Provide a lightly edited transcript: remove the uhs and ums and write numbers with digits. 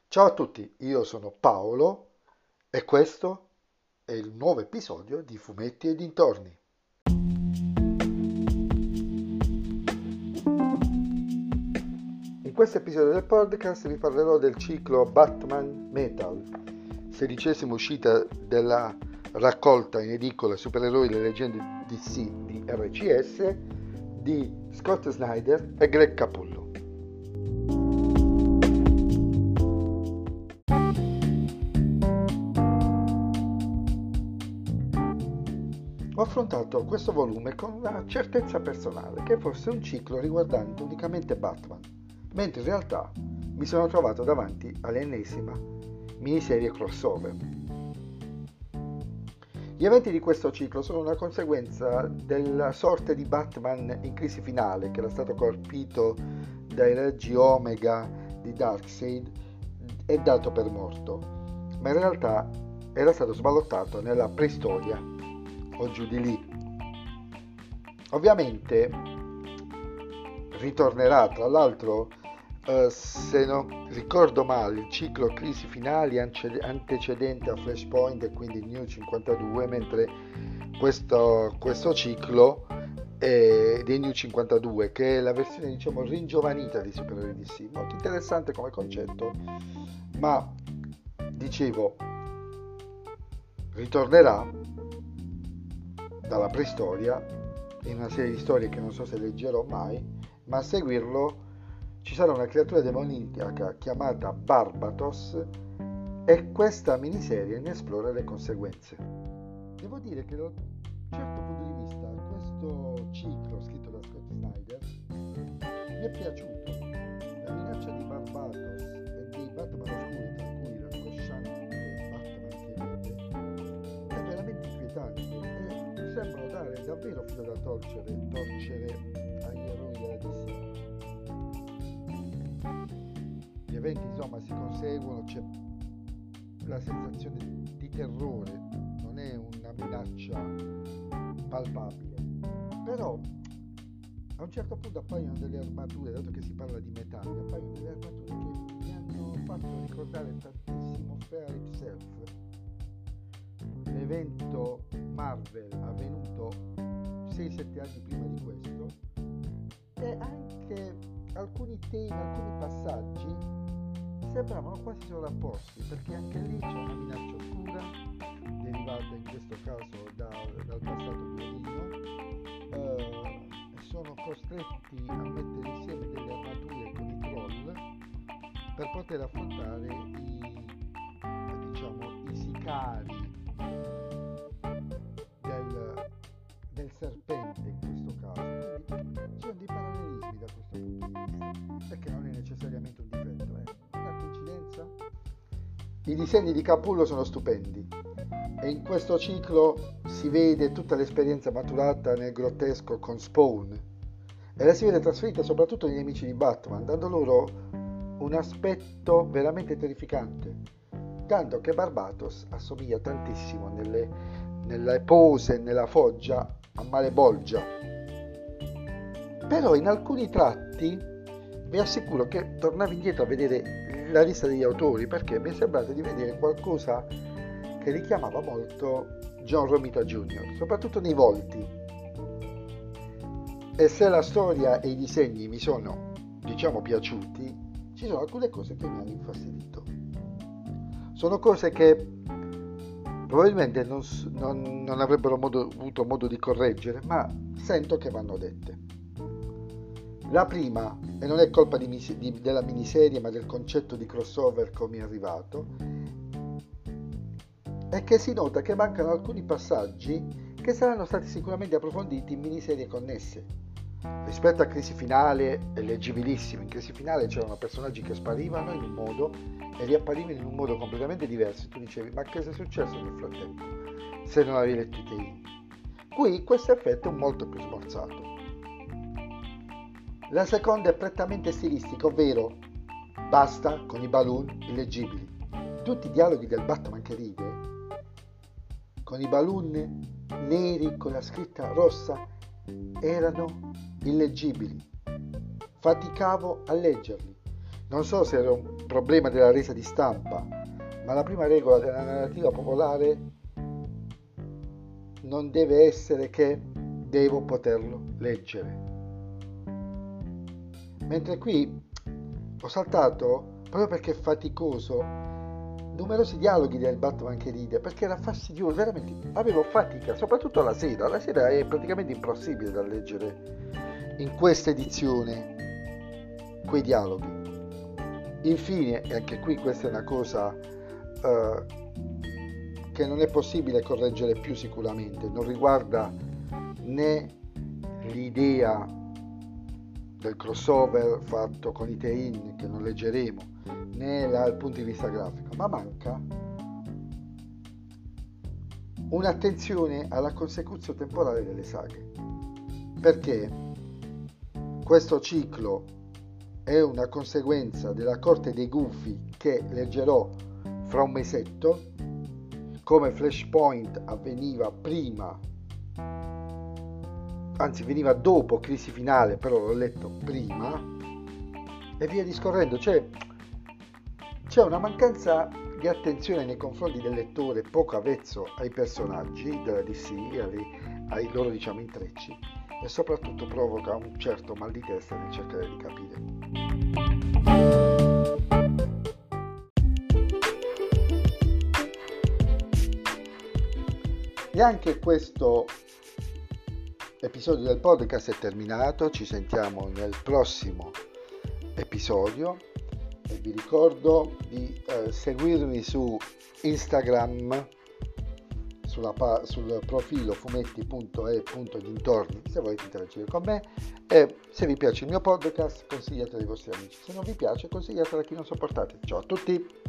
Ciao a tutti, io sono Paolo e questo è il nuovo episodio di Fumetti e dintorni. In questo episodio del podcast vi parlerò del ciclo Batman Metal, sedicesima uscita della raccolta in edicola Supereroi le leggende DC di RCS di Scott Snyder e Greg Capullo. Ho affrontato questo volume con una certezza personale che fosse un ciclo riguardante unicamente Batman, mentre in realtà mi sono trovato davanti all'ennesima miniserie crossover. Gli eventi di questo ciclo sono una conseguenza della sorte di Batman in crisi finale, che era stato colpito dai raggi Omega di Darkseid e dato per morto, ma in realtà era stato sballottato nella preistoria o giù di lì. Ovviamente ritornerà, tra l'altro, se non ricordo male, il ciclo crisi finali antecedente a Flashpoint e quindi New 52, mentre questo ciclo è dei New 52, che è la versione diciamo ringiovanita di Supereroi DC, molto interessante come concetto, ma dicevo ritornerà dalla preistoria in una serie di storie che non so se leggerò mai, ma a seguirlo ci sarà una creatura demoniaca chiamata Barbatos e questa miniserie ne esplora le conseguenze. Devo dire che da un certo punto di vista questo ciclo scritto da Scott Snyder mi è piaciuto. La minaccia di Barbatos e dei Batman oscuri, tra cui l'angosciante Batman che vede, è veramente inquietante e sembrano dare davvero filo da torcere agli eroi della DC. Gli eventi insomma si conseguono, c'è la sensazione di terrore, non è una minaccia palpabile, però a un certo punto appaiono delle armature, dato che si parla di metalli, appaiono delle armature che mi hanno fatto ricordare tantissimo Fear Itself, l'evento Marvel avvenuto 6-7 anni prima di questo, e anche alcuni temi, alcuni passaggi sembravano quasi sovrapposti, perché anche lì c'è una minaccia oscura derivata in questo caso dal passato di Odino. Sono costretti a mettere insieme delle armature con i troll per poter affrontare i sicari del serpente in questo caso. Quindi ci sono dei parallelismi da questo punto di vista, perché non è necessariamente un difetto, una coincidenza. I disegni di Capullo sono stupendi e in questo ciclo si vede tutta l'esperienza maturata nel grottesco con Spawn e la si vede trasferita soprattutto negli amici di Batman, dando loro un aspetto veramente terrificante, tanto che Barbatos assomiglia tantissimo nelle pose, nella foggia a Malebolgia. Però in alcuni tratti vi assicuro che tornavo indietro a vedere la lista degli autori, perché mi è sembrato di vedere qualcosa che richiamava molto John Romita Jr., soprattutto nei volti. E se la storia e i disegni mi sono, diciamo, piaciuti, ci sono alcune cose che mi hanno infastidito. Sono cose che probabilmente non avrebbero avuto modo di correggere, ma sento che vanno dette. La prima, e non è colpa della miniserie, ma del concetto di crossover come è arrivato, è che si nota che mancano alcuni passaggi che saranno stati sicuramente approfonditi in miniserie connesse. Rispetto a Crisi Finale è leggibilissimo, in Crisi Finale c'erano personaggi che sparivano in un modo e riapparivano in un modo completamente diverso, tu dicevi ma che è successo nel frattempo se non avevi letto i temi. Qui questo effetto è molto più smorzato. La seconda è prettamente stilistica, ovvero basta con i balloon illeggibili. Tutti i dialoghi del Batman che ride con i balloon neri con la scritta rossa erano illeggibili, faticavo a leggerli. Non so se era un problema della resa di stampa, ma la prima regola della narrativa popolare non deve essere che devo poterlo leggere. Mentre qui ho saltato, proprio perché è faticoso, numerosi dialoghi del Batman che ride, perché era fastidioso, veramente avevo fatica, soprattutto la sera è praticamente impossibile da leggere in questa edizione quei dialoghi. Infine, e anche qui questa è una cosa che non è possibile correggere più sicuramente, non riguarda né l'idea del crossover fatto con i tie-in che non leggeremo, né dal punto di vista grafico, ma manca un'attenzione alla consecuzione temporale delle saghe, perché questo ciclo è una conseguenza della Corte dei Gufi che leggerò fra un mesetto. Come Flashpoint avveniva prima, anzi veniva dopo Crisi Finale, però l'ho letto prima, e via discorrendo. C'è una mancanza di attenzione nei confronti del lettore poco avvezzo ai personaggi della DC, ai loro intrecci, e soprattutto provoca un certo mal di testa nel cercare di capire. E anche questo episodio del podcast è terminato, ci sentiamo nel prossimo episodio e vi ricordo di seguirmi su Instagram, sul profilo fumetti.e.dintorni se volete interagire con me, e se vi piace il mio podcast consigliatelo ai vostri amici, se non vi piace consigliatelo a chi non sopportate. Ciao a tutti!